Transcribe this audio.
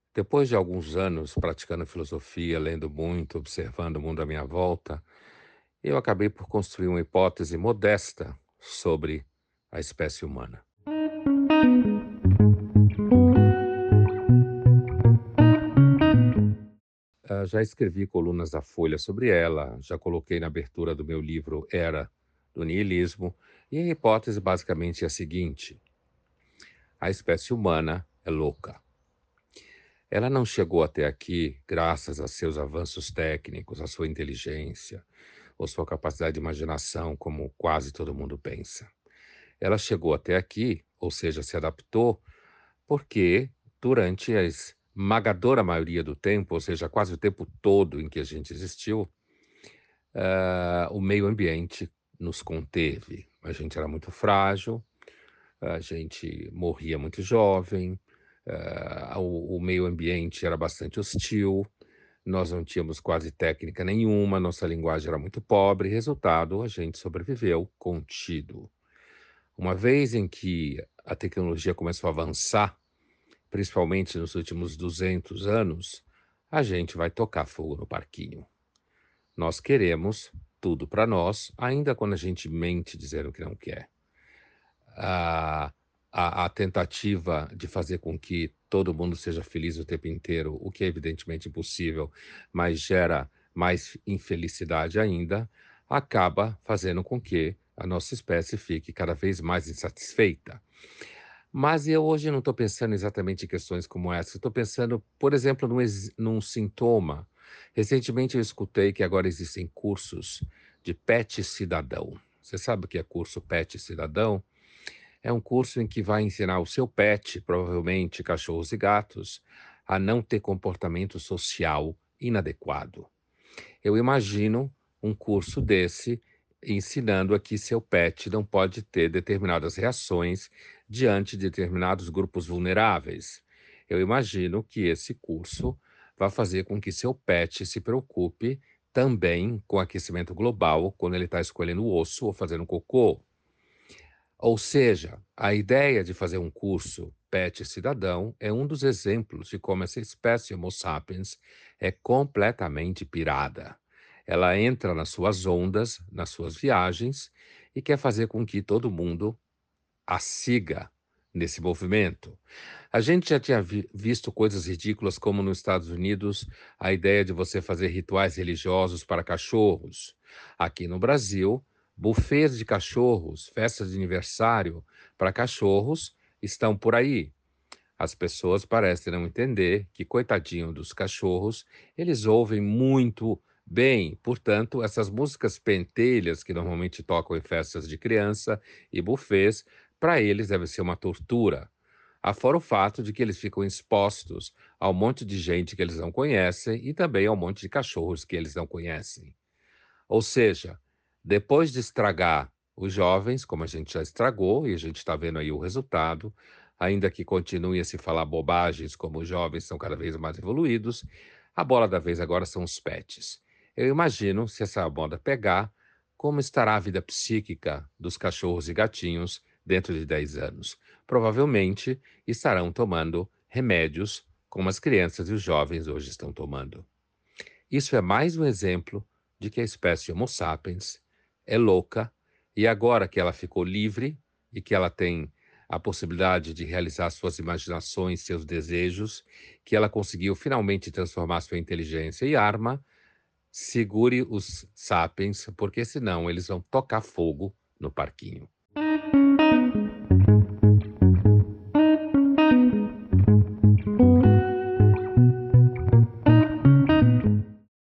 Depois de alguns anos praticando filosofia, lendo muito, observando o mundo à minha volta, eu acabei por construir uma hipótese modesta sobre a espécie humana. Já escrevi colunas da Folha sobre ela, já coloquei na abertura do meu livro Era do Niilismo, e a hipótese basicamente é a seguinte: a espécie humana é louca. Ela não chegou até aqui graças a seus avanços técnicos, a sua inteligência ou sua capacidade de imaginação, como quase todo mundo pensa. Ela chegou até aqui, ou seja, se adaptou, porque durante a esmagadora maioria do tempo, ou seja, quase o tempo todo em que a gente existiu, o meio ambiente nos conteve. A gente era muito frágil, a gente morria muito jovem, o meio ambiente era bastante hostil, nós não tínhamos quase técnica nenhuma, nossa linguagem era muito pobre, resultado, a gente sobreviveu contido. Uma vez em que a tecnologia começou a avançar, principalmente nos últimos 200 anos, a gente vai tocar fogo no parquinho. Nós queremos tudo para nós, ainda quando a gente mente dizendo que não quer. A, a tentativa de fazer com que todo mundo seja feliz o tempo inteiro, o que é evidentemente impossível, mas gera mais infelicidade ainda, acaba fazendo com que a nossa espécie fique cada vez mais insatisfeita. Mas eu hoje não estou pensando exatamente em questões como essa, estou pensando, por exemplo, num sintoma. Recentemente eu escutei que agora existem cursos de PET cidadão. Você sabe o que é curso PET cidadão? É um curso em que vai ensinar o seu pet, provavelmente cachorros e gatos, a não ter comportamento social inadequado. Eu imagino um curso desse ensinando a que seu pet não pode ter determinadas reações diante de determinados grupos vulneráveis. Eu imagino que esse curso vai fazer com que seu pet se preocupe também com o aquecimento global quando ele está escolhendo o osso ou fazendo cocô. Ou seja, a ideia de fazer um curso Pet Cidadão é um dos exemplos de como essa espécie Homo sapiens é completamente pirada. Ela entra nas suas ondas, nas suas viagens e quer fazer com que todo mundo a siga nesse movimento. A gente já tinha visto coisas ridículas, como nos Estados Unidos, a ideia de você fazer rituais religiosos para cachorros. Aqui no Brasil, buffets de cachorros, festas de aniversário para cachorros estão por aí. As pessoas parecem não entender que, coitadinho dos cachorros, eles ouvem muito bem. Portanto, essas músicas pentelhas que normalmente tocam em festas de criança e buffets, para eles deve ser uma tortura. Afora o fato de que eles ficam expostos a um monte de gente que eles não conhecem e também a um monte de cachorros que eles não conhecem. Ou seja, depois de estragar os jovens, como a gente já estragou, e a gente está vendo aí o resultado, ainda que continue a se falar bobagens como os jovens são cada vez mais evoluídos, a bola da vez agora são os pets. Eu imagino, se essa moda pegar, como estará a vida psíquica dos cachorros e gatinhos dentro de 10 anos. Provavelmente estarão tomando remédios como as crianças e os jovens hoje estão tomando. Isso é mais um exemplo de que a espécie Homo sapiens é louca e agora que ela ficou livre e que ela tem a possibilidade de realizar suas imaginações, seus desejos, que ela conseguiu finalmente transformar sua inteligência em arma, segure os sapiens, porque senão eles vão tocar fogo no parquinho.